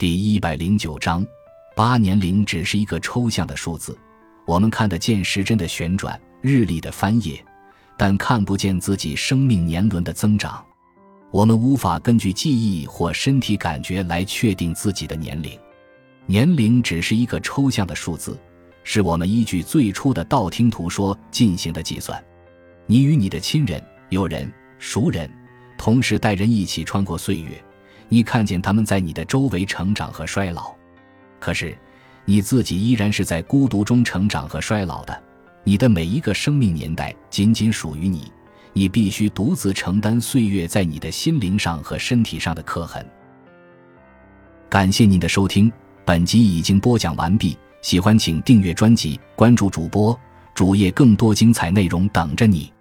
第109章，8年龄只是一个抽象的数字，我们看得见时针的旋转，日历的翻页，但看不见自己生命年轮的增长。我们无法根据记忆或身体感觉来确定自己的年龄。年龄只是一个抽象的数字，是我们依据最初的道听途说进行的计算。你与你的亲人、友人、熟人，同时带人一起穿过岁月，你看见他们在你的周围成长和衰老。可是你自己依然是在孤独中成长和衰老的，你的每一个生命年代仅仅属于你，你必须独自承担岁月在你的心灵上和身体上的刻痕。感谢您的收听，本集已经播讲完毕，喜欢请订阅专辑，关注主播，主页更多精彩内容等着你。